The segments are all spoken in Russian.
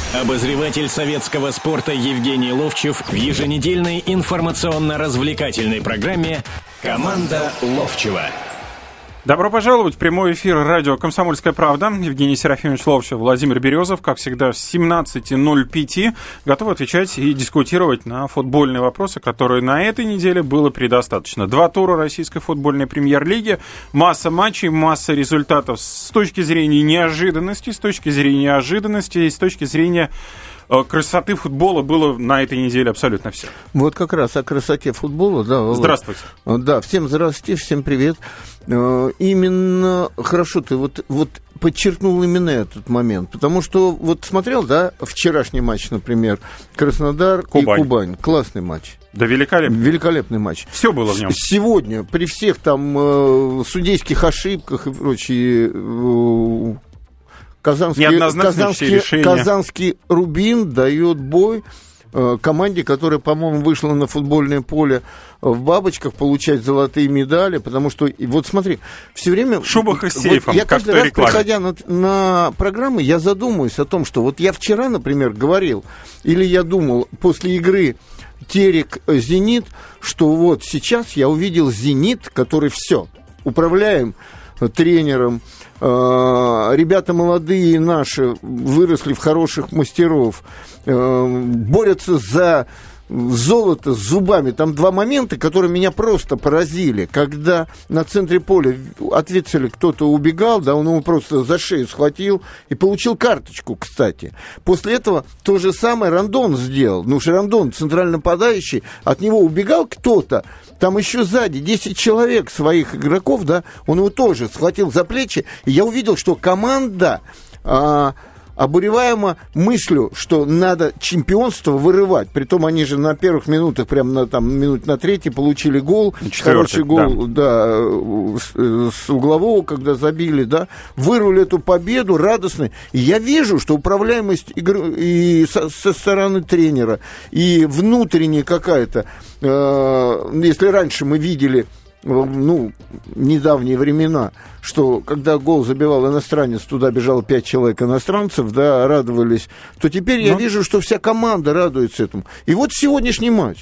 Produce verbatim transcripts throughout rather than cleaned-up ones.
Обозреватель советского спорта Евгений Ловчев в еженедельной информационно-развлекательной программе «Команда Ловчева». Добро пожаловать в прямой эфир радио «Комсомольская правда». Евгений Серафимович Ловчев, Владимир Березов, как всегда, с семнадцати ноль пять готовы отвечать и дискутировать на футбольные вопросы, которые на этой неделе было предостаточно. Два тура российской футбольной премьер-лиги, масса матчей, масса результатов с точки зрения неожиданности, с точки зрения неожиданности и с точки зрения красоты футбола было на этой неделе абсолютно все. Вот как раз о красоте футбола, да, Володь. Здравствуйте. Да, всем здравствуйте, всем привет. Именно, хорошо, ты вот, вот подчеркнул именно этот момент, потому что вот смотрел, да, вчерашний матч, например, Краснодар Кубань. и Кубань, классный матч. Да, великолепный. Великолепный матч. Все было в нем. Сегодня, при всех там э, судейских ошибках и прочие... Э, Казанский, Казанский, Казанский Рубин дает бой э, команде, которая, по-моему, вышла на футбольное поле в бабочках получать золотые медали, потому что, вот смотри, все время... В шубах и сейфом, вот я как каждый раз, рекламе. Приходя на, на программы, я задумываюсь о том, что вот я вчера, например, говорил, или я думал после игры Терек-Зенит, что вот сейчас я увидел Зенит, который все, управляем тренером, ребята молодые наши, выросли в хороших мастеров, борются за золото с зубами. Там два момента, которые меня просто поразили. Когда на центре поля от Вицеля кто-то убегал, да, он его просто за шею схватил и получил карточку, кстати. После этого то же самое Рандон сделал. Ну, что Рандон, центральный нападающий, от него убегал кто-то, там еще сзади десять человек своих игроков, да, он его тоже схватил за плечи, и я увидел, что команда... А, обуреваемо мыслью, что надо чемпионство вырывать. Притом они же на первых минутах, прямо на, там, минут на третий получили гол. Хороший гол, да, да с, с углового, когда забили, да. Вырвали эту победу радостно. И я вижу, что управляемость игры и со, со стороны тренера, и внутренняя какая-то, э, если раньше мы видели, ну, недавние времена, что когда гол забивал иностранец, туда бежало пять человек иностранцев, да, радовались, то теперь я Но... вижу, что вся команда радуется этому. И вот сегодняшний матч.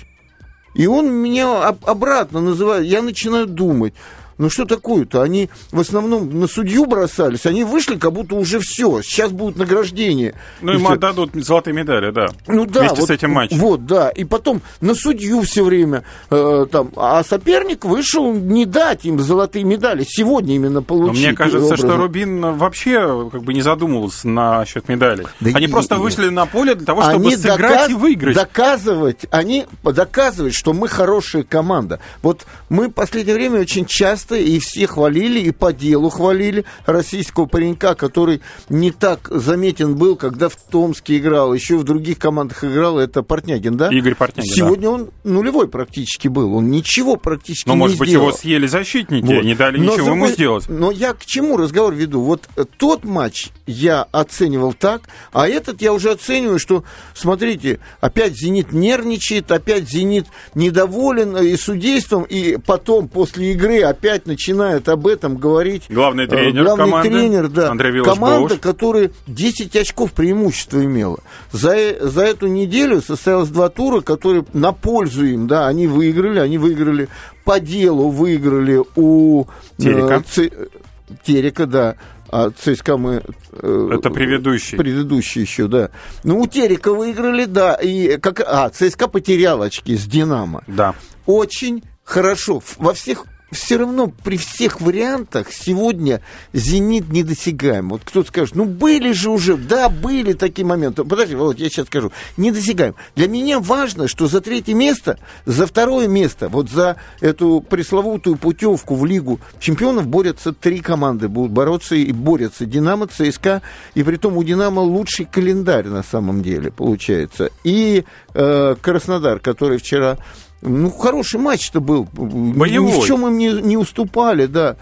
И он меня обратно называет, я начинаю думать, ну что такое-то? Они в основном на судью бросались, они вышли, как будто уже все, сейчас будет награждение. Ну, им отдадут золотые медали, да, ну, да вместе вот, с этим матчем. Вот, да, и потом на судью все время, э, там, а соперник вышел не дать им золотые медали, сегодня именно получить. Но мне кажется, что Рубин вообще как бы не задумывался насчет медалей. Да они и, просто и, вышли на поле для того, чтобы сыграть доказ, и выиграть. Доказывать, они доказывают, что мы хорошая команда. Вот мы в последнее время очень часто и все хвалили, и по делу хвалили российского паренька, который не так заметен был, когда в Томске играл, еще в других командах играл, это Портнягин, да? Игорь Портнягин, сегодня да. Он нулевой практически был, он ничего практически но, не может сделал. быть, его съели защитники, вот. Не дали но ничего ему сделать. Но я к чему разговор веду? Вот тот матч я оценивал так, а этот я уже оцениваю, что, смотрите, опять «Зенит» нервничает, опять «Зенит» недоволен и судейством, и потом после игры опять начинает об этом говорить. Главный тренер главный команды тренер, да, Андрей Виллаш-Боуш. Команда, которая десять очков преимущества имела. За, за эту неделю состоялось два тура, которые на пользу им, да, они выиграли, они выиграли по делу, выиграли у Терека, э, Ц... Терека, да. А ЦСКА мы... Э, это предыдущий. Предыдущий еще, да. Ну, у Терека выиграли, да. И как... А, ЦСКА потерял очки с «Динамо». Да. Очень хорошо. Во всех... Все равно при всех вариантах сегодня «Зенит» недосягаем. Вот кто-то скажет, ну были же уже, да, были такие моменты. Подожди, Володь, я сейчас скажу. Недосягаем. Для меня важно, что за третье место, за второе место, вот за эту пресловутую путевку в Лигу чемпионов борются три команды. Будут бороться и борются. «Динамо», ЦСКА, и притом у «Динамо» лучший календарь на самом деле получается. И э, Краснодар, который вчера... Ну, хороший матч-то был. Боевой. Ни в чем им не, не уступали, да.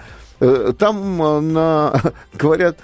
Там, на, говорят,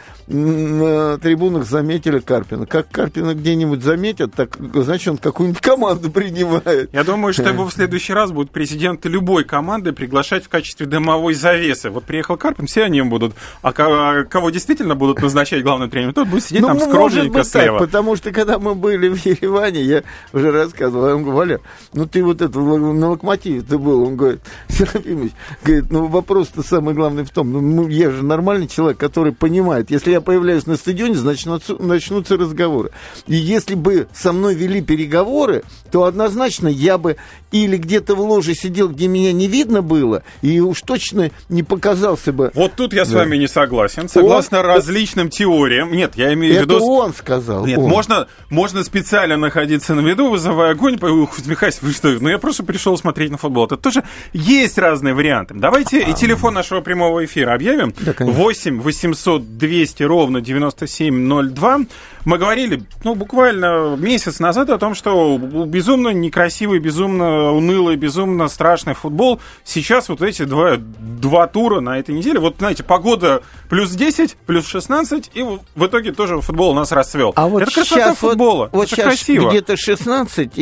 на трибунах заметили Карпина. Как Карпина где-нибудь заметят, так, значит, он какую-нибудь команду принимает. Я думаю, что его в следующий раз будут президенты любой команды приглашать в качестве дымовой завесы. Вот приехал Карпин, все они будут. А кого действительно будут назначать главным тренером, тот будет сидеть ну, там скромненько слева. Так, потому что, когда мы были в Ереване, я уже рассказывал, я ему говорю: Валер, ну ты вот это, на Локомотиве ты был. Он говорит: Серафимович, говорит, ну вопрос-то самый главный в том, ну я же нормальный человек, который понимает, если я появляюсь на стадионе, значит, начнутся разговоры. И если бы со мной вели переговоры, то однозначно я бы или где-то в ложе сидел, где меня не видно было, и уж точно не показался бы. Вот тут я с да. вами не согласен. Согласно он... различным теориям. Нет, я имею в виду... Это он сказал. Нет, он. Можно, можно специально находиться на виду, вызывая огонь, усмехаясь, вы что? Ну, я просто пришел смотреть на футбол. Это тоже есть разные варианты. Давайте и телефон нашего прямого эфира объявим. Да, восемь восемьсот двести ровно девяносто семь ноль два. Мы говорили, ну, буквально месяц назад о том, что безумно некрасивый, безумно унылый, безумно страшный футбол. Сейчас вот эти два, два тура на этой неделе. Вот, знаете, погода плюс десять, плюс шестнадцать, и в итоге тоже футбол у нас расцвел. А вот это красота футбола. Вот, вот это сейчас красиво. Где-то шестнадцать,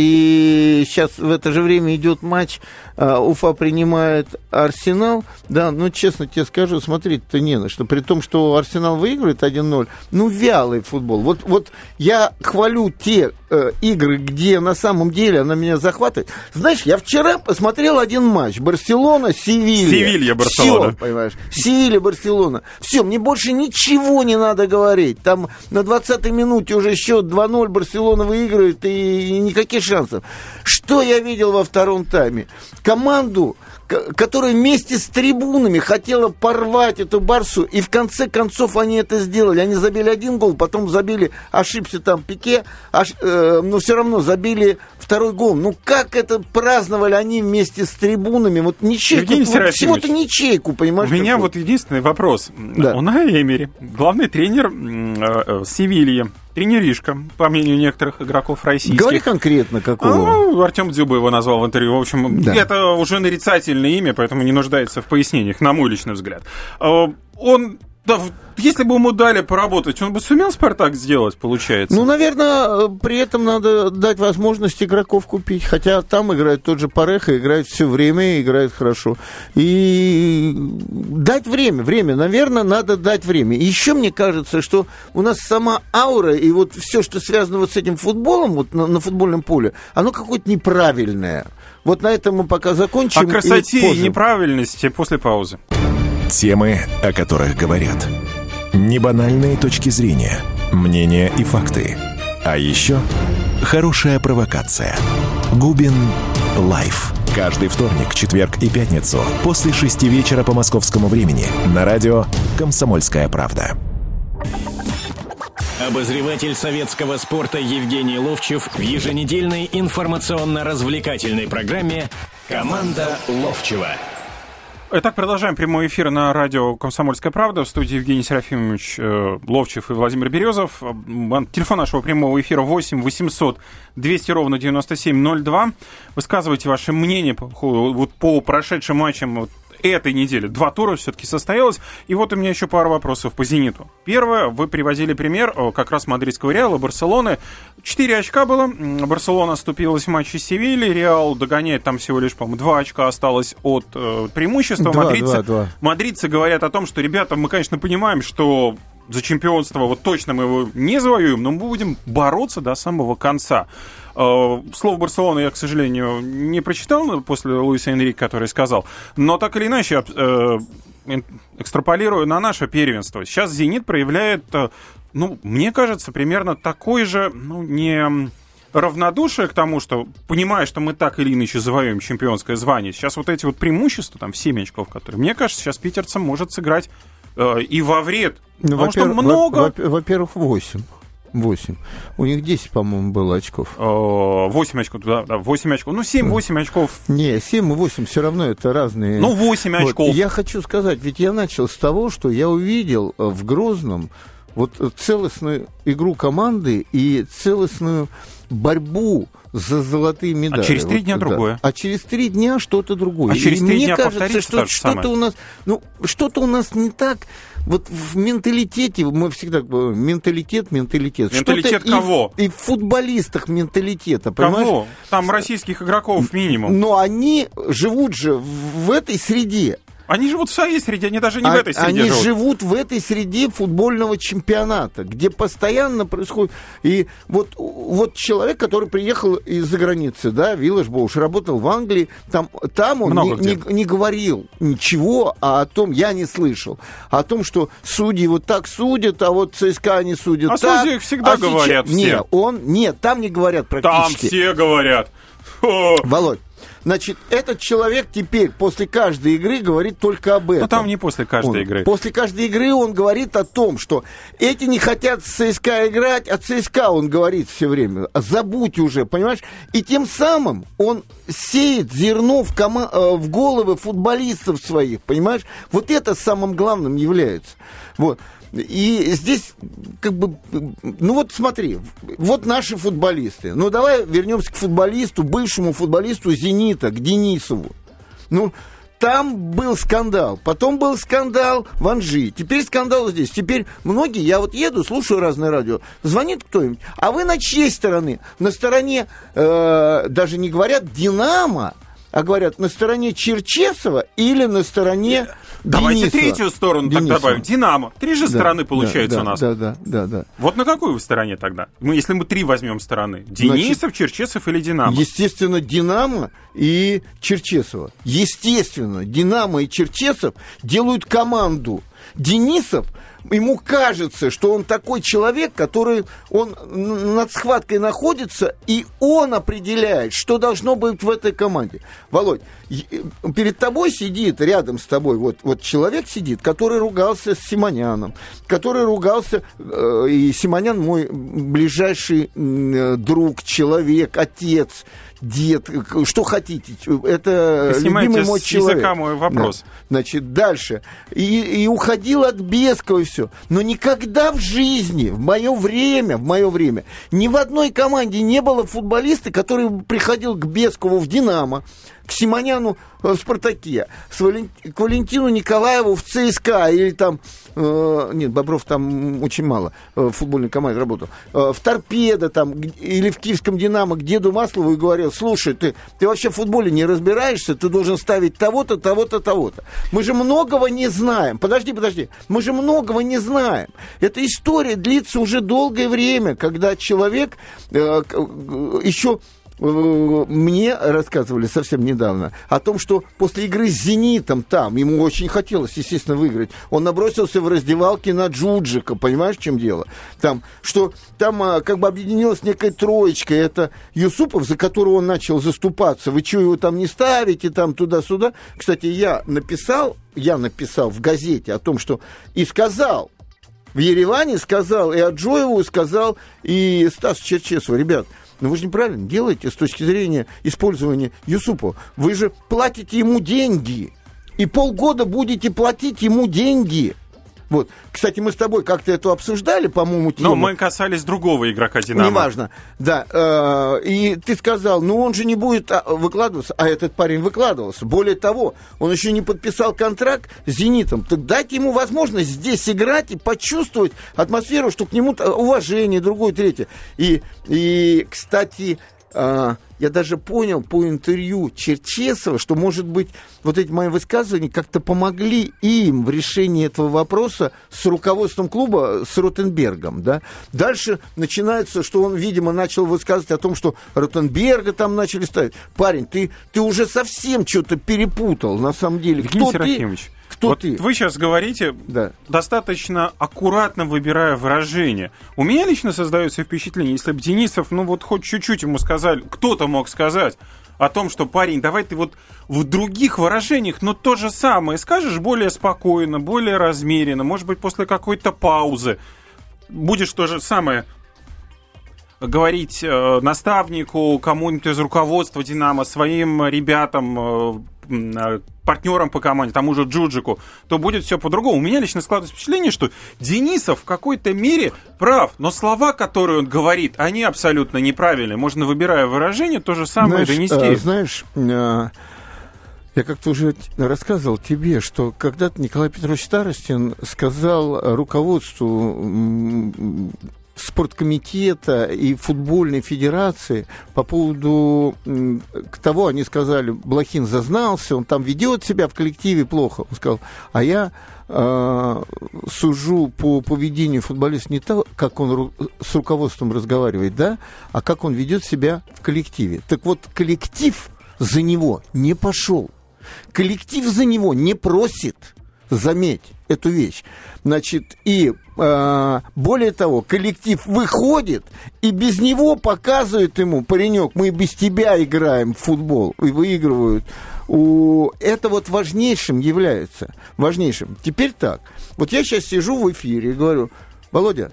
и сейчас в это же время идет матч. Уфа принимает Арсенал. Да, ну, честно тебе скажу, смотреть-то не на что. При том, что Арсенал выигрывает один ноль. Ну, вялый футбол. Вот, вот я хвалю те э, игры, где на самом деле она меня захватывает. Знаешь, я вчера посмотрел один матч. Барселона, Севилья. Севилья, Барселона. Все, понимаешь. Севилья, Барселона. Все, мне больше ничего не надо говорить. Там на двадцатой минуте уже счет два ноль, Барселона выигрывает, и, и никаких шансов. Что я видел во втором тайме? Команду, которая вместе с трибунами хотела порвать эту Барсу, и в конце концов они это сделали. Они забили один гол, потом забили, ошибся там Пике, аж, э, но все равно забили второй гол. Ну как это праздновали они вместе с трибунами? Вот ничейку, вот всего-то ничейку, понимаешь? У меня какой? Вот единственный вопрос. Да. Унай Эмери, главный тренер э, э, Севильи, тренеришка, по мнению некоторых игроков российских. Говори конкретно, какого. А, Артем Дзюба его назвал в интервью. В общем, да. Это уже нарицательное имя, поэтому не нуждается в пояснениях, на мой личный взгляд. Он, да, если бы ему дали поработать, он бы сумел «Спартак» сделать, получается? Ну, наверное, при этом надо дать возможность игроков купить. Хотя там играет тот же Пареха, играет все время, играет хорошо. И дать время, время, наверное, надо дать время. И еще мне кажется, что у нас сама аура и вот все, что связано вот с этим футболом, вот на, на футбольном поле, оно какое-то неправильное. Вот на этом мы пока закончим. О красоте и, и неправильности после паузы. Темы, о которых говорят. Небанальные точки зрения, мнения и факты. А еще хорошая провокация. Губин Лайф. Каждый вторник, четверг и пятницу после шести вечера по московскому времени на радио «Комсомольская правда». Обозреватель советского спорта Евгений Ловчев в еженедельной информационно-развлекательной программе «Команда Ловчева». Итак, продолжаем прямой эфир на радио «Комсомольская правда». В студии Евгений Серафимович э, Ловчев и Владимир Березов. Телефон нашего прямого эфира восемь восемьсот двести ровно девяносто семь ноль два. Высказывайте ваше мнение по, вот, по прошедшим матчам вот, этой недели. Два тура все-таки состоялось. И вот у меня еще пару вопросов по «Зениту». Первое, вы приводили пример как раз мадридского Реала, Барселоны. Четыре очка было. Барселона оступилась в матче с Севильей. Реал догоняет там всего лишь, по-моему, два очка осталось от э, преимущества. Два, мадридцы, два, два. мадридцы говорят о том, что, ребята, мы, конечно, понимаем, что за чемпионство вот точно мы его не завоюем, но мы будем бороться до самого конца. Слово Барселоны я, к сожалению, не прочитал после Луиса Энрике, который сказал, но так или иначе, экстраполирую на наше первенство. Сейчас «Зенит» проявляет, ну, мне кажется, примерно такой же, ну, не равнодушие к тому, что, понимая, что мы так или иначе завоюем чемпионское звание, сейчас вот эти вот преимущества, там, в семь очков, которые, мне кажется, сейчас питерцам может сыграть э, и во вред. Ну, потому что много... Во-первых, восемь. восемь. У них десять, по-моему, было очков. восемь очков, да, да, восемь очков. Ну, семь-восемь очков. Не, семь и восемь все равно это разные. Ну, восемь очков. Вот. Я хочу сказать, ведь я начал с того, что я увидел в Грозном вот целостную игру команды и целостную борьбу за золотые медали. А через три дня вот, другое. Да. А через три дня что-то другое. А через три мне дня кажется, что что что-то у нас, ну, что-то у нас не так. Вот в менталитете, мы всегда говорим, менталитет, менталитет. Менталитет что-то кого? И, и в футболистах менталитета, понимаешь? Кого? Там российских игроков минимум. Но они живут же в этой среде. Они живут в своей среде, они даже не а, в этой среде они живут. Они живут в этой среде футбольного чемпионата, где постоянно происходит... И вот, вот человек, который приехал из-за границы, да, Виллаш-Боуш, работал в Англии, там, там он не, не, не говорил ничего а о том, я не слышал, о том, что судьи вот так судят, а вот ЦСКА не судят а так. Судьи всегда а говорят сейчас... все. Нет, он... Нет, там не говорят практически. Там все говорят. Фу. Володь, значит, этот человек теперь после каждой игры говорит только об этом. Но там не после каждой он, игры. После каждой игры он говорит о том, что эти не хотят с ЦСКА играть, а ЦСКА он говорит все время. Забудь уже, понимаешь? И тем самым он сеет зерно в, кома- в головы футболистов своих, понимаешь? Вот это самым главным является. Вот. И здесь, как бы, ну вот смотри, вот наши футболисты. Ну давай вернемся к футболисту, бывшему футболисту «Зенита», к Денисову. Ну, там был скандал, потом был скандал в Анжи, теперь скандал здесь. Теперь многие, я вот еду, слушаю разное радио, звонит кто-нибудь, а вы на чьей стороне? На стороне, э, даже не говорят «Динамо», а говорят на стороне Черчесова или на стороне... Давайте Денисова. Третью сторону Денисова. так добавим. «Динамо». Три же да, стороны получается да, у нас. Да, да, да, да. Вот на какой вы стороне тогда? Ну, если мы три возьмем стороны. Денисов, Значит, Черчесов или «Динамо»? Естественно, «Динамо» и Черчесова. Естественно, «Динамо» и Черчесов делают команду. Денисов, ему кажется, что он такой человек, который он над схваткой находится, и он определяет, что должно быть в этой команде. Володь, перед тобой сидит, рядом с тобой, вот, вот человек сидит, который ругался с Симоняном, который ругался, э, и Симонян мой ближайший э, друг, человек, отец, дед, что хотите, это любимый мой человек. Языка мой вопрос. Да. Значит, дальше. И, и уходил от Бескова и все. Но никогда в жизни, в мое время, в мое время, ни в одной команде не было футболиста, который приходил к Бескову в «Динамо», к Симоняну в «Спартаке», с Вален... к Валентину Николаеву в ЦСКА, или там, э, нет, Бобров там очень мало э, в футбольной команде работал, э, в «Торпедо» там, или в киевском «Динамо» к деду Маслову и говорил: слушай, ты, ты вообще в футболе не разбираешься, ты должен ставить того-то, того-то, того-то. Мы же многого не знаем. Подожди, подожди. Мы же многого не знаем. Эта история длится уже долгое время, когда человек э, еще... Мне рассказывали совсем недавно о том, что после игры с «Зенитом» там, ему очень хотелось, естественно, выиграть, он набросился в раздевалке на Джуджика, понимаешь, в чем дело? Там, что там как бы объединилась некая троечка, это Юсупов, за которого он начал заступаться, вы что, его там не ставите, там туда-сюда. Кстати, я написал, я написал в газете о том, что и сказал, в Ереване сказал, и Аджоеву сказал, и Стасу Черчесову: ребят, но вы же неправильно делаете с точки зрения использования Юсупова. Вы же платите ему деньги. И полгода будете платить ему деньги. Вот. Кстати, мы с тобой как-то это обсуждали, по-моему, тему. Но мы касались другого игрока «Динамо». Неважно, да. И ты сказал, ну он же не будет выкладываться, а этот парень выкладывался. Более того, он еще не подписал контракт с «Зенитом». Так дайте ему возможность здесь играть и почувствовать атмосферу, что к нему уважение, другое, третье. И, и кстати... Я даже понял по интервью Черчесова, что, может быть, вот эти мои высказывания как-то помогли им в решении этого вопроса с руководством клуба, с Ротенбергом, да. Дальше начинается, что он, видимо, начал высказывать о том, что Ротенберга там начали ставить. Парень, ты, ты уже совсем что-то перепутал, на самом деле. Евгений Кто Серафимович, ты? Кто вот ты? Вы сейчас говорите, да, достаточно аккуратно выбирая выражения. У меня лично создается впечатление, если бы Денисов, ну вот хоть чуть-чуть ему сказали, кто-то мог сказать о том, что, парень, давай ты вот в других выражениях, но то же самое скажешь более спокойно, более размеренно, может быть, после какой-то паузы будешь то же самое говорить э, наставнику, кому-нибудь из руководства «Динамо», своим ребятам, э, партнерам по команде, тому же Джуджику, то будет все по-другому. У меня лично складывается впечатление, что Денисов в какой-то мере прав, но слова, которые он говорит, они абсолютно неправильные. Можно, выбирая выражение, то же самое знаешь, донести. А, знаешь, а, я как-то уже рассказывал тебе, что когда-то Николай Петрович Старостин сказал руководству спорткомитета и футбольной федерации по поводу к того, они сказали, Блохин зазнался, он там ведет себя в коллективе плохо. Он сказал, а я э, сужу по поведению футболиста не то, как он ру- с руководством разговаривает, да, а как он ведет себя в коллективе. Так вот, коллектив за него не пошел. Коллектив за него не просит, заметь эту вещь. Значит, и э, более того, коллектив выходит и без него показывает ему, паренек, мы без тебя играем в футбол, и выигрывают. У... Это вот важнейшим является. Важнейшим. Теперь так. Вот я сейчас сижу в эфире и говорю, Володя,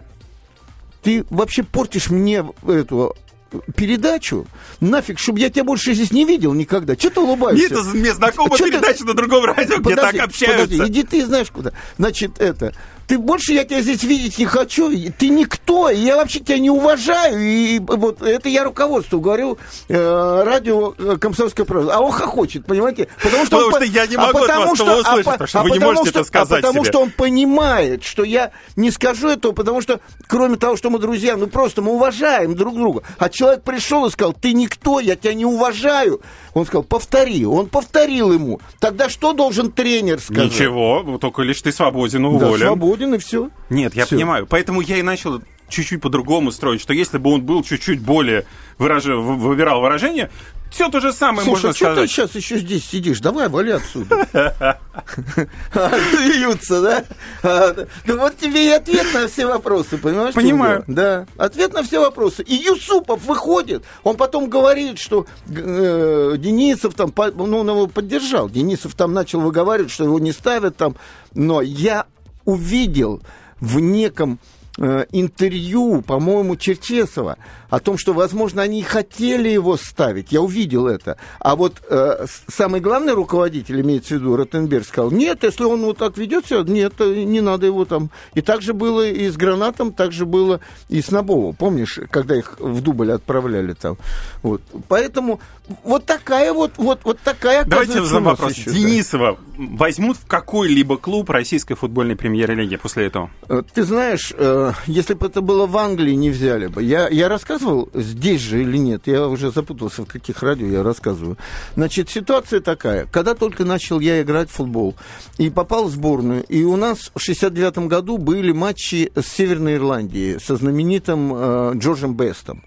ты вообще портишь мне эту передачу, нафиг, чтобы я тебя больше здесь не видел никогда. Че ты улыбаешься? Нет, это мне знакомая передача ты... на другом радио, где подожди, так общаются. Подожди, иди ты знаешь куда. Значит, это... Ты больше я тебя здесь видеть не хочу, ты никто, и я вообще тебя не уважаю, и вот это я руководству говорю, э, радио «Комсомольская правда», а он хохочет, понимаете? Потому что, потому он, что я не могу а от вас что, этого услышать, а, потому что а вы не потому можете что, это сказать а потому себе. что он понимает, что я не скажу этого, потому что, кроме того, что мы друзья, ну просто мы уважаем друг друга, а человек пришел и сказал, ты никто, я тебя не уважаю. Он сказал, повтори, он повторил ему. Тогда что должен тренер сказать? Ничего, только лишь ты свободен, уволен. Да, свободен и все. Нет, я Всё. понимаю. Поэтому я и начал чуть-чуть по-другому строить, что если бы он был чуть-чуть более выраж... выбирал выражение, все то же самое. Слушай, можно а что сказать. ты сейчас еще здесь сидишь? Давай, вали отсюда. Смеются, да? Ну вот тебе и ответ на все вопросы, понимаешь? Понимаю. Да, ответ на все вопросы. И Юсупов выходит, он потом говорит, что Денисов там, ну он его поддержал, Денисов там начал выговаривать, что его не ставят там, но я увидел в неком э, интервью, по-моему, Черчесова о том, что, возможно, они и хотели его ставить. Я увидел это. А вот э, самый главный руководитель, имеется в виду Ротенберг, сказал, нет, если он вот так ведет себя, нет, не надо его там. И так же было и с Гранатом, так же было и с Набово. Помнишь, когда их в Дубль отправляли там? Вот. Поэтому вот такая вот, вот, вот такая... Давайте задам вопрос. Еще, Денисова да. возьмут в какой-либо клуб российской футбольной премьер-лиги после этого? Ты знаешь, если бы это было в Англии, не взяли бы. Я, я рассказывал, здесь же или нет, я уже запутался, в каких радио я рассказываю. Значит, ситуация такая. Когда только начал я играть в футбол и попал в сборную, и у нас в шестьдесят девятом году были матчи с Северной Ирландией, со знаменитым э, Джорджем Бестом.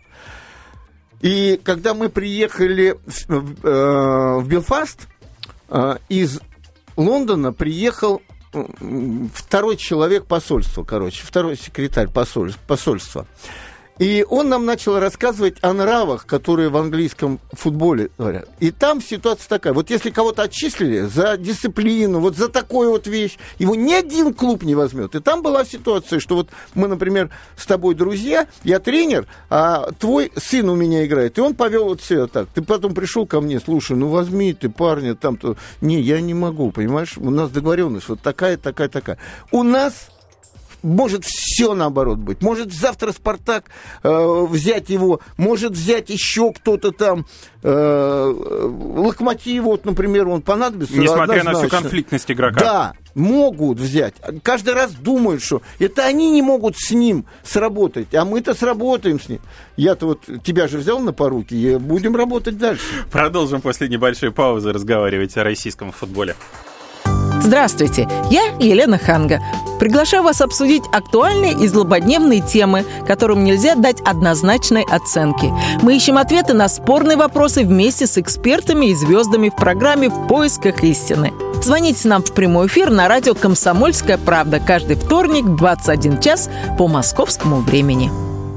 И когда мы приехали в, э, в Белфаст, э, из Лондона приехал второй человек посольства, короче, второй секретарь посоль, посольства. И он нам начал рассказывать о нравах, которые в английском футболе говорят. И там ситуация такая. Вот если кого-то отчислили за дисциплину, вот за такую вот вещь, его ни один клуб не возьмет. И там была ситуация, что вот мы, например, с тобой друзья, я тренер, а твой сын у меня играет. И он повел вот себя так. Ты потом пришел ко мне, слушай, ну возьми ты парня там-то. Не, я не могу, понимаешь? У нас договоренность вот такая, такая, такая. У нас... Может все наоборот быть. Может завтра «Спартак» э, взять его, может взять еще кто-то там. Э, «Локомотив», вот, например, он понадобится. Несмотря на всю конфликтность игрока. Да, могут взять. Каждый раз думают, что это они не могут с ним сработать, а мы-то сработаем с ним. Я-то вот тебя же взял на поруки, и будем работать дальше. Продолжим после небольшой паузы разговаривать о российском футболе. Здравствуйте, я Елена Ханга. Приглашаю вас обсудить актуальные и злободневные темы, которым нельзя дать однозначной оценки. Мы ищем ответы на спорные вопросы вместе с экспертами и звездами в программе «В поисках истины». Звоните нам в прямой эфир на радио «Комсомольская правда» каждый вторник в двадцать один час по московскому времени.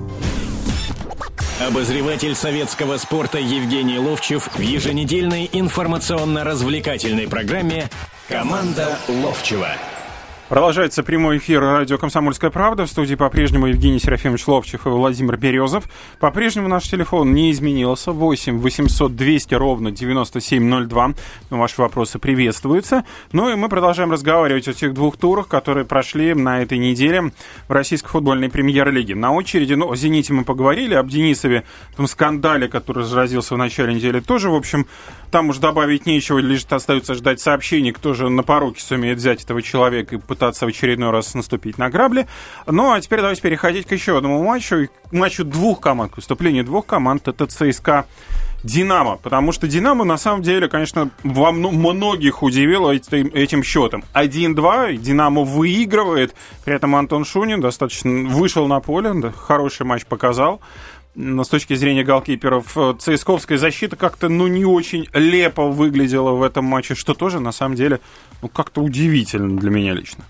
Обозреватель советского спорта Евгений Ловчев в еженедельной информационно-развлекательной программе «Команда Ловчева». Продолжается прямой эфир радио «Комсомольская правда». В студии по-прежнему Евгений Серафимович Ловчев и Владимир Березов. По-прежнему наш телефон не изменился. восемь восемьсот двести ровно девяносто семь ноль два. Ваши вопросы приветствуются. Ну и мы продолжаем разговаривать о тех двух турах, которые прошли на этой неделе в российской футбольной премьер-лиге. На очереди, ну, о «Зените» мы поговорили, об Денисове, том скандале, который разразился в начале недели, тоже, в общем, там уж добавить нечего, лишь остается ждать сообщений, кто же на поруки сумеет взять этого человека и пытаться в очередной раз наступить на грабли. Ну, а теперь давайте переходить к еще одному матчу, к матчу двух команд, к выступлению двух команд, это ЦСКА «Динамо», потому что «Динамо» на самом деле, конечно, во многих удивило этим, этим счетом. один-два, «Динамо» выигрывает, при этом Антон Шунин достаточно вышел на поле, да, хороший матч показал. Но с точки зрения голкиперов, ЦСКАовская защита как-то, ну, не очень лепо выглядела в этом матче, что тоже, на самом деле, ну, как-то удивительно для меня лично.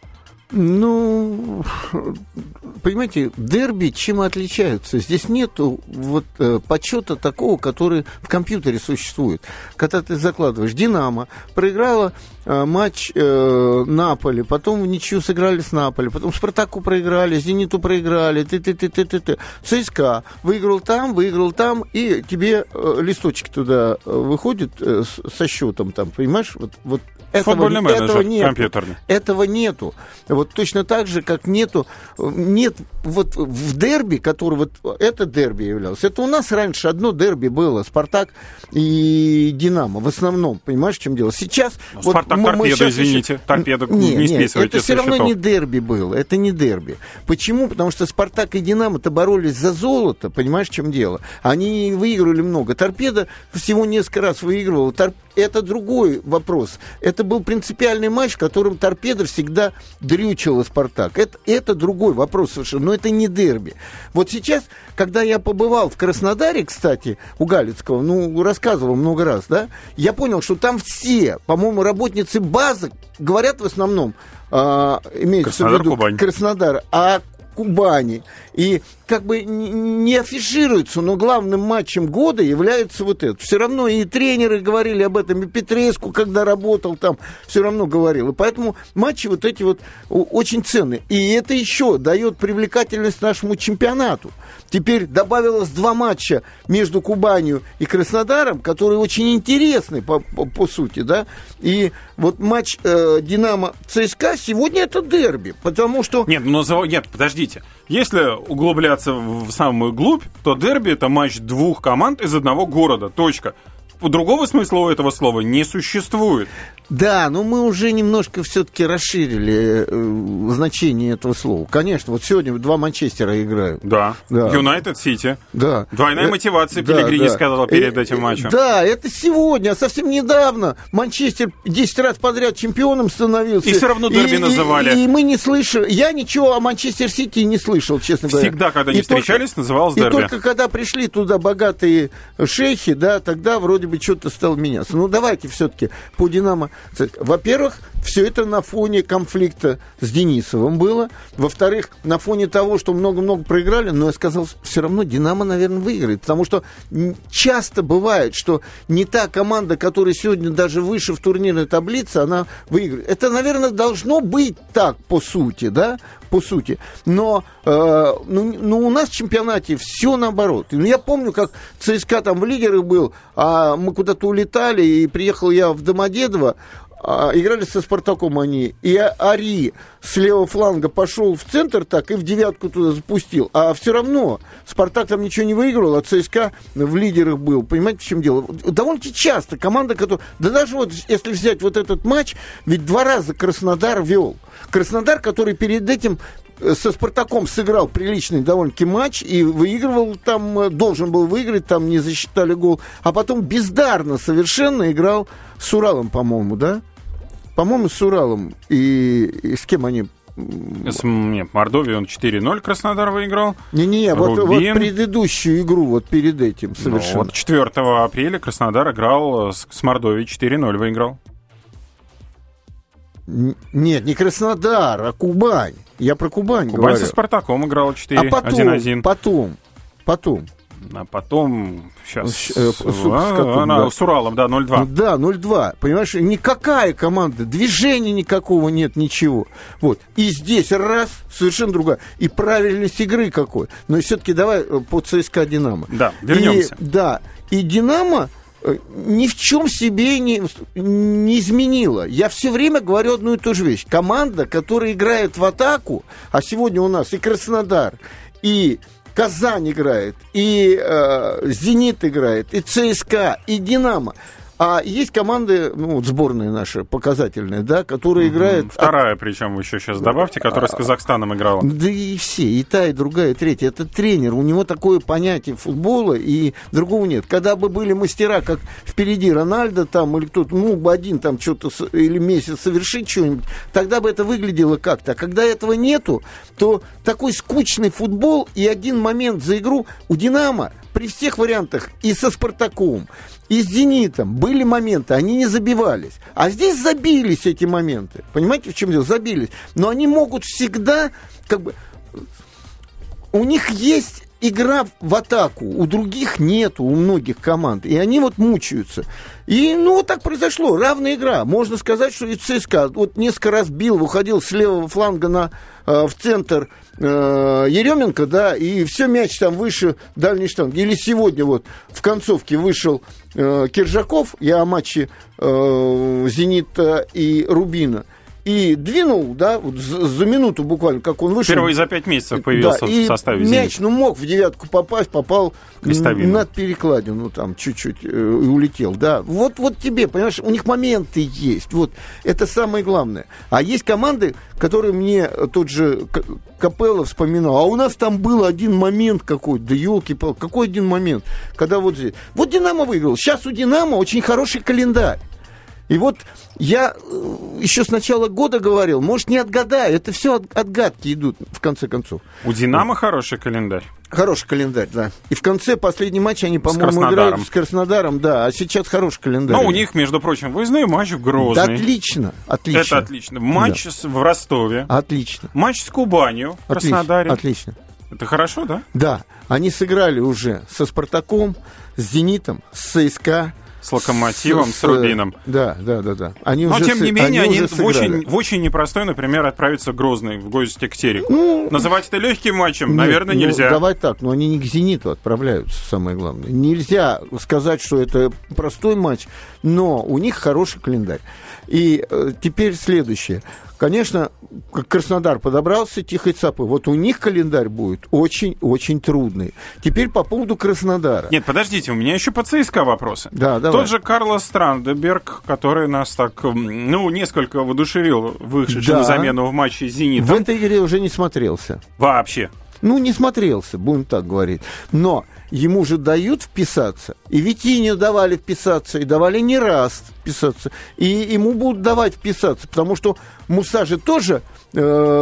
Ну, понимаете, дерби чем отличаются? Здесь нету вот э, подсчета такого, который в компьютере существует. Когда ты закладываешь, «Динамо» проиграла э, матч э, Наполи, потом в ничью сыграли с Наполи, потом «Спартаку» проиграли, «Зениту» проиграли, ты-ты-ты-ты-ты-ты. ЦСКА выиграл там, выиграл там, и тебе э, листочки туда выходят э, со счетом там, понимаешь? Вот, вот этого, футбольный менеджер этого нету, компьютерный. Этого нету. Вот точно так же, как нету, нет вот в дерби, который вот это дерби являлось. Это у нас раньше одно дерби было, «Спартак» и «Динамо», в основном, понимаешь, в чем дело? Сейчас... Ну, вот «Спартак» мы, торпеда, мы извините, еще... торпеда не, не списывайте. Это все равно счетов. Не дерби было, это не дерби. Почему? Потому что «Спартак» и «Динамо»-то боролись за золото, понимаешь, в чем дело? Они выиграли много. «Торпеда» всего несколько раз выигрывала. Торп... Это другой вопрос. Это был принципиальный матч, в котором «Торпеда» всегда дрючила «Спартак». Это, это другой вопрос совершенно, но это не дерби. Вот сейчас, когда я побывал в Краснодаре, кстати, у Галицкого, ну, рассказывал много раз, да, я понял, что там все, по-моему, работницы базы говорят в основном, а, имеется Краснодар, в виду Кубань. Краснодар, а Кубани. И как бы не афишируется, но главным матчем года является вот это. Все равно и тренеры говорили об этом, и Петреску, когда работал там, все равно говорил. И поэтому матчи вот эти вот очень ценные. И это еще дает привлекательность нашему чемпионату. Теперь добавилось два матча между Кубанью и Краснодаром, которые очень интересны по, по, по сути, да. И вот матч э, «Динамо-ЦСКА» сегодня это дерби, потому что... Нет, но нет, подождите. Если углубляться в самую глубь, то дерби — это матч двух команд из одного города. Точка. Другого смысла у этого слова не существует. Да, но мы уже немножко все-таки расширили э, значение этого слова. Конечно, вот сегодня два Манчестера играют. Да. Юнайтед, Сити. Да. Двойная э, мотивация, да, Пеллегрини да. сказал перед э, этим матчем. Да, это сегодня, совсем недавно Манчестер десять раз подряд чемпионом становился. И все равно дерби и, называли. И, и мы не слышали, я ничего о Манчестер Сити не слышал, честно говоря. Всегда, когда они и встречались, только, называлось и дерби. И только когда пришли туда богатые шейхи, да, тогда вроде бы что-то стало меняться. Ну, давайте все-таки по «Динамо». Во-первых, все это на фоне конфликта с Денисовым было. Во-вторых, на фоне того, что много-много проиграли, но я сказал, все равно «Динамо», наверное, выиграет. Потому что часто бывает, что не та команда, которая сегодня даже выше в турнирной таблице, она выиграет. Это, наверное, должно быть так, по сути, да, по сути. Но э, ну, ну, у нас в чемпионате все наоборот. Ну, я помню, как ЦСКА там в лидерах был, а мы куда-то улетали, и приехал я в Домодедово, а, играли со «Спартаком» они, и Ари с левого фланга пошел в центр так и в девятку туда запустил. А все равно «Спартак» там ничего не выиграл, а ЦСКА в лидерах был. Понимаете, в чем дело? Довольно-таки часто команда, которая... Да даже вот, если взять вот этот матч, ведь два раза Краснодар вел. Краснодар, который перед этим со «Спартаком» сыграл приличный довольно-таки матч и выигрывал там, должен был выиграть, там не засчитали гол, а потом бездарно совершенно играл с «Уралом», по-моему, да? По-моему, с «Уралом». И, и с кем они... С, нет, Мордовию он четыре ноль Краснодар выиграл. Не-не, вот, вот предыдущую игру вот перед этим совершенно. Ну, вот четвёртого апреля Краснодар играл с, с Мордовией, четыре ноль выиграл. Нет, не Краснодар, а Кубань. Я про Кубань Кубань говорю. со «Спартаком» играла четыре один один. А потом, один. потом, потом. А потом сейчас С, э, с, а, с каким, она, да? с Уралом, да, ноль два. Да, ноль два. Понимаешь, никакая команда, движения никакого нет, ничего. Вот. И здесь раз, совершенно другая. И правильность игры какой. Но все-таки давай по ЦСКА «Динамо». Да, вернемся. И, да, и «Динамо» ни в чем себе не, не изменила. Я все время говорю одну и ту же вещь. Команда, которая играет в атаку, а сегодня у нас и Краснодар, и Казань играет, и э, Зенит играет, и ЦСКА, и Динамо. А есть команды, ну, вот сборная наша, показательная, да, которая играет... Вторая, от... причем вы еще сейчас добавьте, которая с Казахстаном играла. Да и все, и та, и другая, и третья. Это тренер, у него такое понятие футбола, и другого нет. Когда бы были мастера, как впереди Рональдо там, или кто-то мог бы один там что-то или месяц совершить что-нибудь, тогда бы это выглядело как-то. А когда этого нету, то такой скучный футбол и один момент за игру у «Динамо» при всех вариантах и со «Спартаком», и с «Зенитом» были моменты, они не забивались. А здесь забились эти моменты. Понимаете, в чем дело? Забились. Но они могут всегда, как бы, у них есть игра в атаку, у других нету, у многих команд. И они вот мучаются. И, ну, вот так произошло. Равная игра. Можно сказать, что и ЦСКА вот несколько раз бил, выходил с левого фланга на, э, в центр э, Еременко, да, и все, мяч там выше дальней штанги. Или сегодня вот в концовке вышел э, Киржаков, я о матче э, «Зенита» и «Рубина», и двинул, да, вот за, за минуту буквально, как он вышел. Впервые за пять месяцев появился, да, в составе «Зенита». Мяч, ну, мог в девятку попасть, попал Крестовину над перекладину, там, чуть-чуть э, и улетел, да. Вот, вот тебе, понимаешь, у них моменты есть, вот, это самое главное. А есть команды, которые мне тот же Капелло вспоминал, а у нас там был один момент какой-то, да елки-палки, какой один момент, когда вот здесь. Вот «Динамо» выиграл, сейчас у «Динамо» очень хороший календарь. И вот я еще с начала года говорил, может, не отгадаю, это все от, отгадки идут, в конце концов. У «Динамо» хороший календарь. Хороший календарь, да. И в конце последний матч они, по-моему, играют с Краснодаром, да, а сейчас хороший календарь. Но у них, между прочим, выездной матч в Грозный. Да, отлично, отлично. Это отлично. Матч да. в Ростове. Отлично. Матч с Кубанью в Краснодаре. Отлично. Это хорошо, да? Да. Они сыграли уже со «Спартаком», с «Зенитом», с ЦСКА. С «Локомотивом», с, с, с Рубином. Да, да, да, да. Они Но, уже тем не менее, они, они в, очень, в очень непростой, например, отправиться в Грозный, в гости к Тереку. Ну, называть это легким матчем, нет, наверное, нельзя. Ну, давай так, но они не к «Зениту» отправляются, самое главное. Нельзя сказать, что это простой матч, но у них хороший календарь. И э, теперь следующее. Конечно, Краснодар подобрался, тихой цапы. Вот у них календарь будет очень-очень трудный. Теперь по поводу Краснодара. Нет, подождите, у меня еще по ЦСКА вопросы. Да, давай. Тот же Карлос Страндеберг, который нас так, ну, несколько воодушевил, вышедшим да. на замену в матче с «Зенитом». В этой игре уже не смотрелся. Вообще. Ну, не смотрелся, будем так говорить. Но ему же дают вписаться. И Витиню давали вписаться, и давали не раз вписаться. И ему будут давать вписаться, потому что Муса же тоже э,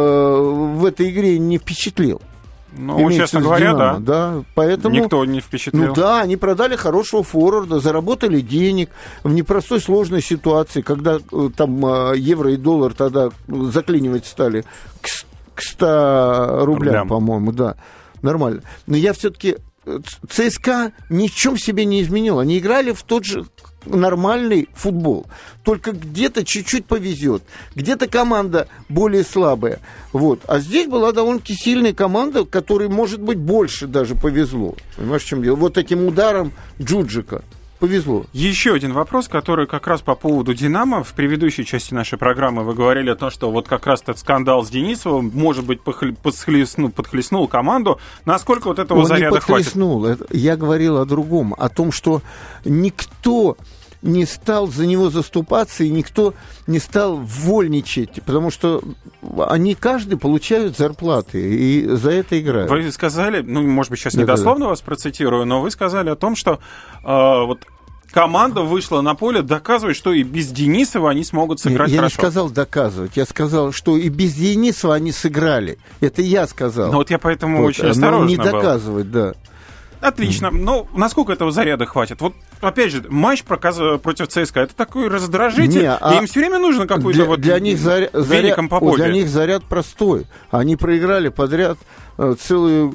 в этой игре не впечатлил. Ну, честно говоря, Динамо, да. да. Поэтому, никто не впечатлил. Ну да, они продали хорошего форварда, заработали денег в непростой сложной ситуации, когда там евро и доллар тогда заклинивать стали к к ста рублям, Рублям. по-моему, да. Нормально. Но я все-таки... ЦСКА ни в чем себе не изменил. Они играли в тот же нормальный футбол. Только где-то чуть-чуть повезет. Где-то команда более слабая. Вот. А здесь была довольно-таки сильная команда, которой, может быть, больше даже повезло. Понимаешь, в чем дело? Вот таким ударом Джуджика. Повезло. Еще один вопрос, который как раз по поводу «Динамо». В предыдущей части нашей программы вы говорили о том, что вот как раз этот скандал с Денисовым, может быть, подхлестнул, подхлестнул команду. Насколько вот этого Он заряда не подхлестнул. хватит? Я говорил о другом, о том, что никто не стал за него заступаться, и никто не стал вольничать, потому что они каждый получают зарплаты, и за это играют. Вы сказали, ну, может быть, сейчас да, недословно да, да. вас процитирую, но вы сказали о том, что э, вот команда вышла на поле, доказывает, что и без Денисова они смогут сыграть я хорошо. Я не сказал доказывать, я сказал, что и без Денисова они сыграли. Это я сказал. Ну вот я поэтому вот, очень осторожно не был. доказывать, да. Отлично. Но насколько этого заряда хватит? Вот, опять же, матч против ЦСКА, это такой раздражитель, не, а и им все время нужно какой-то для, вот для них заря... веником по полю. Для них заряд простой. Они проиграли подряд целую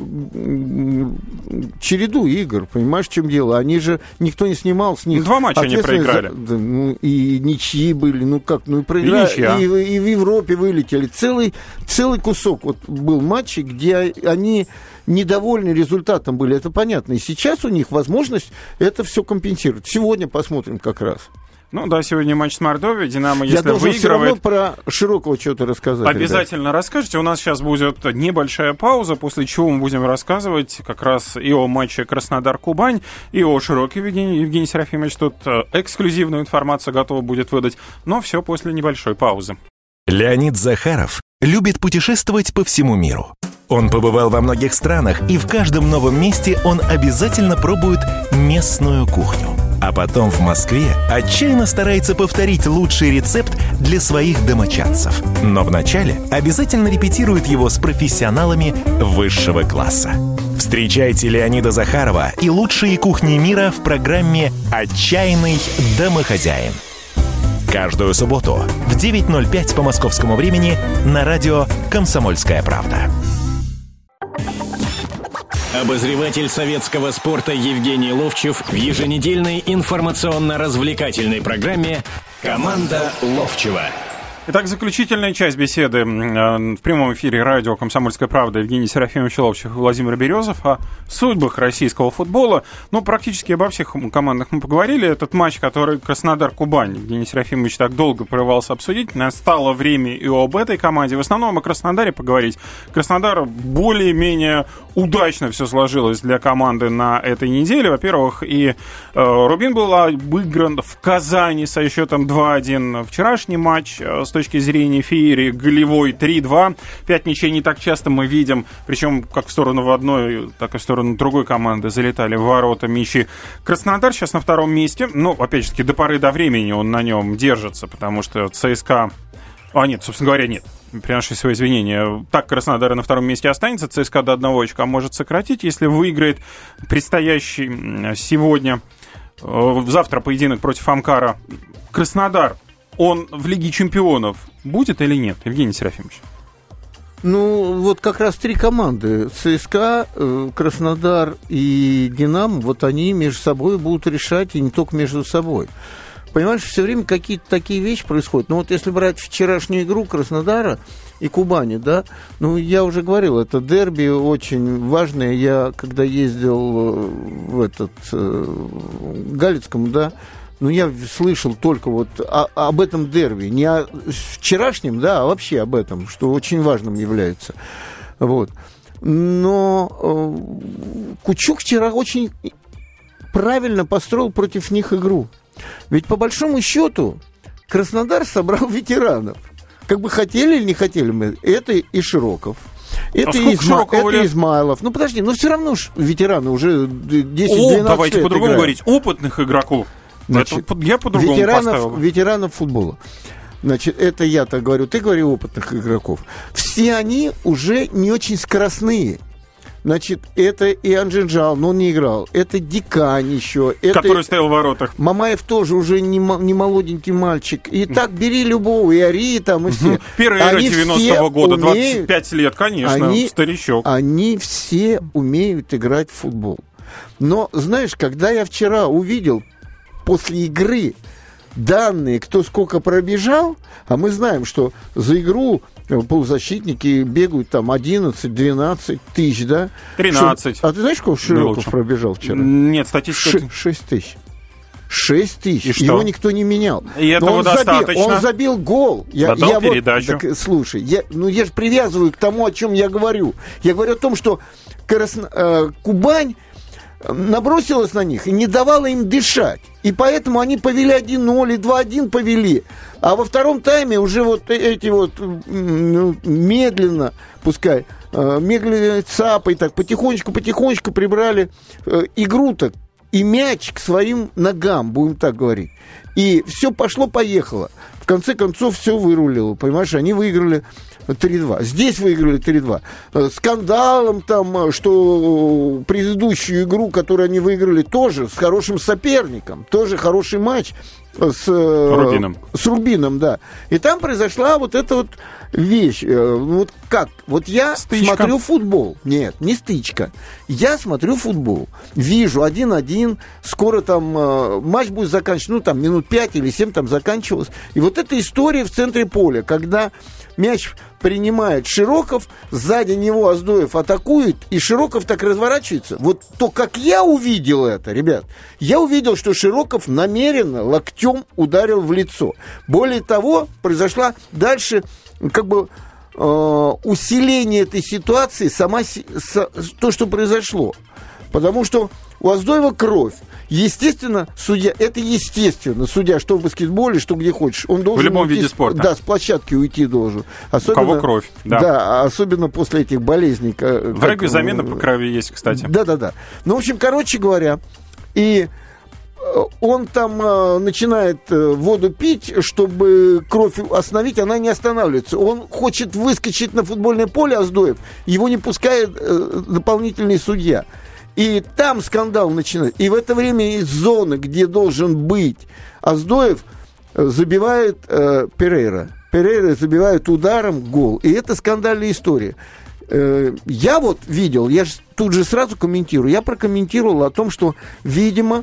череду игр, понимаешь, в чем дело? Они же, никто не снимал с них. Два матча они проиграли. За, да, ну, и ничьи были, ну как, ну и проиграли, и, и, и в Европе вылетели. Целый, целый кусок вот был матчей, где они недовольны результатом были, это понятно. И сейчас у них возможность это все компенсировать. Сегодня посмотрим как раз. Ну да, сегодня матч с Мордовией. Динамо, если Я должен выигрывает... все равно про Широкого что-то рассказать. Обязательно ребят. Расскажите. У нас сейчас будет небольшая пауза, после чего мы будем рассказывать как раз и о матче Краснодар-Кубань, и о Широком. Евгений, Евгений Серафимович тут эксклюзивную информацию готов будет выдать. Но все после небольшой паузы. Леонид Захаров любит путешествовать по всему миру. Он побывал во многих странах, и в каждом новом месте он обязательно пробует местную кухню. А потом в Москве отчаянно старается повторить лучший рецепт для своих домочадцев. Но вначале обязательно репетирует его с профессионалами высшего класса. Встречайте Леонида Захарова и лучшие кухни мира в программе «Отчаянный домохозяин». Каждую субботу в девять ноль пять по московскому времени на радио «Комсомольская правда». Обозреватель советского спорта Евгений Ловчев в еженедельной информационно-развлекательной программе «Команда Ловчева». Итак, заключительная часть беседы в прямом эфире радио «Комсомольская правда». Евгений Серафимович Ловчев и Владимир Березов о судьбах российского футбола. Ну, практически обо всех командах мы поговорили. Этот матч, который Краснодар-Кубань, Евгений Серафимович так долго порывался обсудить, настало время и об этой команде. В основном о Краснодаре поговорить. Краснодар более-менее удачно все сложилось для команды на этой неделе. Во-первых, и э, Рубин был обыгран в Казани со счетом два один. Вчерашний матч э, с точки зрения феерии голевой три-два. Пять мячей не так часто мы видим, причем как в сторону в одной, так и в сторону другой команды залетали в ворота мячи. Краснодар сейчас на втором месте. Ну, опять же таки, до поры до времени он на нем держится, потому что ЦСКА... А, нет, собственно говоря, нет. Приношу свои извинения. Так Краснодар на втором месте останется. ЦСКА до одного очка может сократить, если выиграет предстоящий сегодня, завтра поединок против Амкара. Краснодар, он в Лиге чемпионов будет или нет, Евгений Серафимович? Ну, вот как раз три команды. ЦСКА, Краснодар и Динамо, вот они между собой будут решать, и не только между собой. Понимаешь, все время какие-то такие вещи происходят. Ну, вот если брать вчерашнюю игру Краснодара и Кубани, да, ну, я уже говорил, это дерби очень важное. Я, когда ездил в этот, в Галицкому, да, ну, я слышал только вот о, об этом дерби. Не о вчерашнем, да, а вообще об этом, что очень важным является. Вот. Но э, Кучук вчера очень правильно построил против них игру. Ведь по большому счету Краснодар собрал ветеранов. Как бы хотели или не хотели мы, это и Широков, это, а Изма... это Измайлов. Ну подожди, но все равно ж ветераны уже десять-двенадцать лет. Давайте по-другому играют. говорить. Опытных игроков. Значит, это, я по-другому ветеранов, поставил. Ветеранов футбола. Значит, это я так говорю. Ты говори опытных игроков. Все они уже не очень скоростные. Значит, это и Анжинджал, но он не играл. Это Дикань еще. Который это... стоял в воротах. Мамаев тоже уже не, не молоденький мальчик. И так бери любого, и Ари там, и все. Первый эра девяностого года, двадцать пять лет, конечно, они, старичок. Они все умеют играть в футбол. Но, знаешь, когда я вчера увидел после игры данные, кто сколько пробежал, а мы знаем, что за игру полузащитники бегают там одиннадцать-двенадцать тысяч, да? тринадцать. Что... А ты знаешь, сколько Широков пробежал вчера? Нет, статистика... шесть тысяч. шесть тысяч. И Его что? никто не менял. И этого он достаточно. Забил, он забил гол. Я, Додал я передачу. Вот, так, слушай, я, ну я же привязываю к тому, о чем я говорю. Я говорю о том, что Красно... э, Кубань набросилась на них и не давала им дышать. И поэтому они повели один ноль и два один повели. А во втором тайме уже вот эти вот ну, медленно, пускай, медленно цапой так потихонечку-потихонечку прибрали э, игру-то и мяч к своим ногам, будем так говорить. И все пошло-поехало. В конце концов все вырулило, понимаешь, они выиграли три-два. Здесь выиграли три-два. Скандалом там, что предыдущую игру, которую они выиграли, тоже с хорошим соперником, тоже хороший матч. с Рубином. С Рубином, да. И там произошла вот эта вот вещь. Вот как? Вот я стычка. Смотрю футбол. Нет, не стычка. Я смотрю футбол. Вижу один-один. Скоро там э, матч будет заканчиваться. Ну, там минут пять или семь там заканчивалось. И вот эта история в центре поля, когда мяч принимает Широков, сзади него Оздоев атакует, и Широков так разворачивается. Вот то, как я увидел это, ребят, я увидел, что Широков намеренно локтем ударил в лицо. Более того, произошла дальше как бы э, усиление этой ситуации, сама с, то, что произошло. Потому что у Оздоева кровь. Естественно, судья, это естественно, судья, что в баскетболе, что где хочешь. Он должен в любом уйти, виде спорта. Да, с площадки уйти должен. Особенно, у кого кровь. Да. да, особенно после этих болезней. Как, в регби замена по крови есть, кстати. Да-да-да. Ну, в общем, короче говоря, и он там э, начинает э, воду пить, чтобы кровь остановить, она не останавливается. Он хочет выскочить на футбольное поле, Оздоев, его не пускает э, дополнительный судья. И там скандал начинается. И в это время из зоны, где должен быть Оздоев, забивает э, Перейра. Перейра забивает ударом гол. И это скандальная история. Э, я вот видел, я ж тут же сразу комментирую, я прокомментировал о том, что, видимо,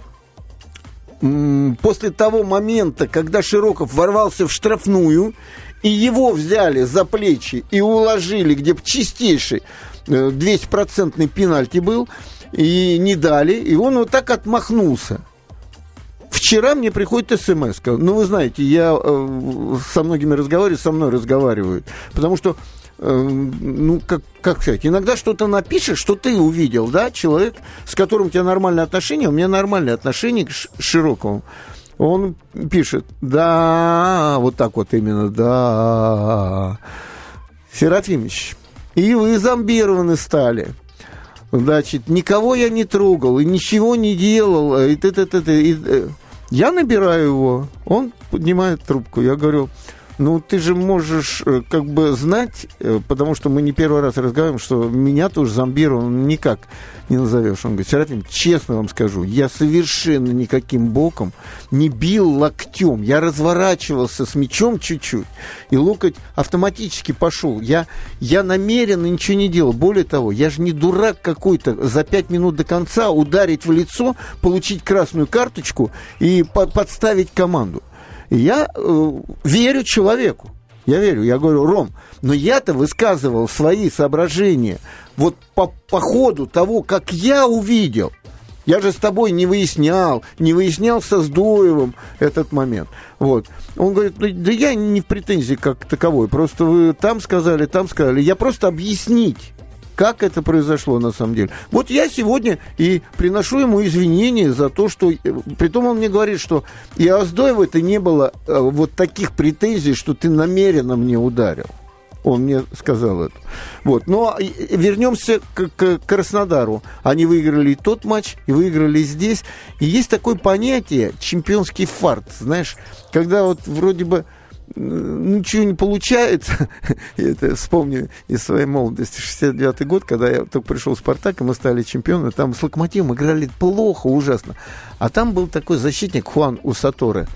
м- после того момента, когда Широков ворвался в штрафную, и его взяли за плечи и уложили, где чистейший э, двухсотпроцентный пенальти был, и не дали, и он вот так отмахнулся. Вчера мне приходит смс-ка. Ну, вы знаете, я э, со многими разговариваю, со мной разговаривают. Потому что, э, ну, как, как сказать, иногда что-то напишешь, что ты увидел, да, человек, с которым у тебя нормальные отношения, у меня нормальные отношения к Широкову. Он пишет, да, вот так вот именно, да, Серафимович, и вы зомбированы стали. Значит, никого я не трогал и ничего не делал. И т- т- т- т- и, э, я набираю его, он поднимает трубку. Я говорю, ну ты же можешь э, как бы знать, э, потому что мы не первый раз разговариваем, что меня тоже зомбирован никак не назовешь. Он говорит, Серафим, честно вам скажу, я совершенно никаким боком не бил локтем. Я разворачивался с мячом чуть-чуть, и локоть автоматически пошел. Я, я намеренно ничего не делал. Более того, я же не дурак какой-то за пять минут до конца ударить в лицо, получить красную карточку и по- подставить команду. И я э, верю человеку. Я верю, я говорю, Ром, но я-то высказывал свои соображения вот по, по ходу того, как я увидел. Я же с тобой не выяснял, не выяснял со Оздоевым этот момент. Вот. Он говорит, ну, да я не в претензии как таковой, просто вы там сказали, там сказали. Я просто объяснить, как это произошло на самом деле. Вот я сегодня и приношу ему извинения за то, что... Притом он мне говорит, что и Оздоева это не было э, вот таких претензий, что ты намеренно мне ударил. Он мне сказал это. Вот. Но вернемся к, к Краснодару. Они выиграли и тот матч, и выиграли здесь. И есть такое понятие чемпионский фарт. Знаешь, когда вот вроде бы ничего не получается. Я это вспомню из своей молодости. шестьдесят девятый год, когда я только пришел в «Спартак», и мы стали чемпионами. Там с «Локомотивом» играли плохо, ужасно. А там был такой защитник Хуан Усаторе.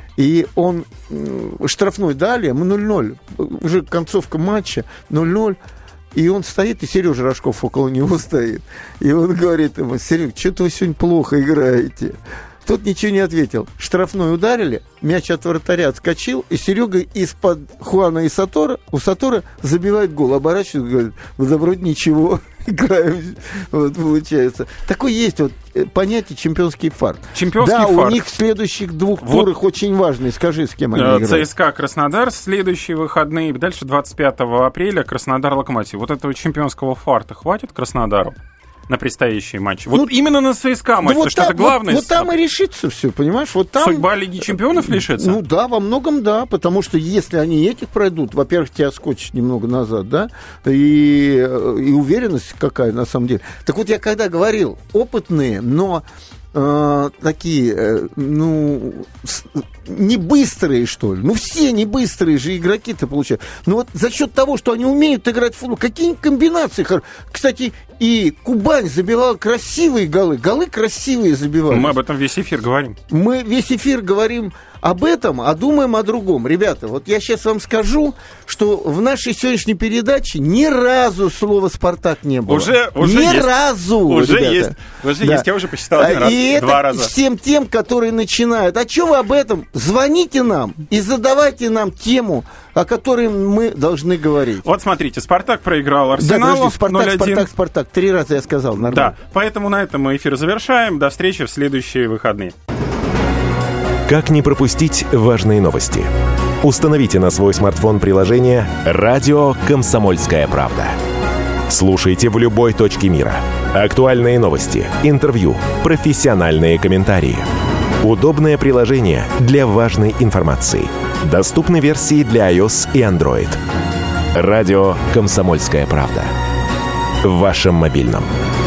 И он штрафной дали, мы ноль-ноль. Уже концовка матча, ноль-ноль. И он стоит, и Сережа Рожков около него стоит. И он говорит ему, Серега, что-то вы сегодня плохо играете. Тот ничего не ответил. Штрафной ударили, мяч от вратаря отскочил, и Серега из-под Хуана Усатора, Усатора забивает гол, оборачивается и говорит, ну да вроде ничего, играем, вот получается. Такое есть вот понятие чемпионский фарт. Чемпионский да, фарт. У них в следующих двух вот турах очень важные. Скажи, с кем они играют. ЦСКА Краснодар, следующие выходные, дальше двадцать пятого апреля Краснодар Локомотив. Вот этого чемпионского фарта хватит Краснодару на предстоящие матчи? Вот ну, именно на ЦСКА матч, ну, вот что это главное. Вот, вот там и решится все, понимаешь? Вот там... Судьба Лиги Чемпионов решится? Ну да, во многом да, потому что если они этих пройдут, во-первых, тебя скочит немного назад, да, и, и уверенность какая на самом деле. Так вот я когда говорил, опытные, но... Э, такие, э, ну, с, не быстрые, что ли. Ну, все не быстрые же игроки-то получают. Но вот за счет того, что они умеют играть в футбол, какие комбинации. Кстати, и Кубань забивала красивые голы. Голы красивые забивали. Мы об этом весь эфир говорим. Мы весь эфир говорим об этом, а думаем о другом. Ребята, вот я сейчас вам скажу, что в нашей сегодняшней передаче ни разу слова «Спартак» не было. Уже, уже ни есть. разу, Уже ребята. есть. Уже Да. есть. Я уже посчитал один раз, И два это раза. всем тем, которые начинают. А что вы об этом? Звоните нам и задавайте нам тему, о которой мы должны говорить. Вот смотрите, «Спартак» проиграл Да, «Арсеналу» подожди, Спартак, ноль один. Спартак, Спартак. Три раза я сказал, нормально. Да, поэтому на этом мы эфир завершаем. До встречи в следующие выходные. Как не пропустить важные новости? Установите на свой смартфон приложение «Радио Комсомольская правда». Слушайте в любой точке мира. Актуальные новости, интервью, профессиональные комментарии. Удобное приложение для важной информации. Доступны версии для iOS и Android. «Радио Комсомольская правда». В вашем мобильном.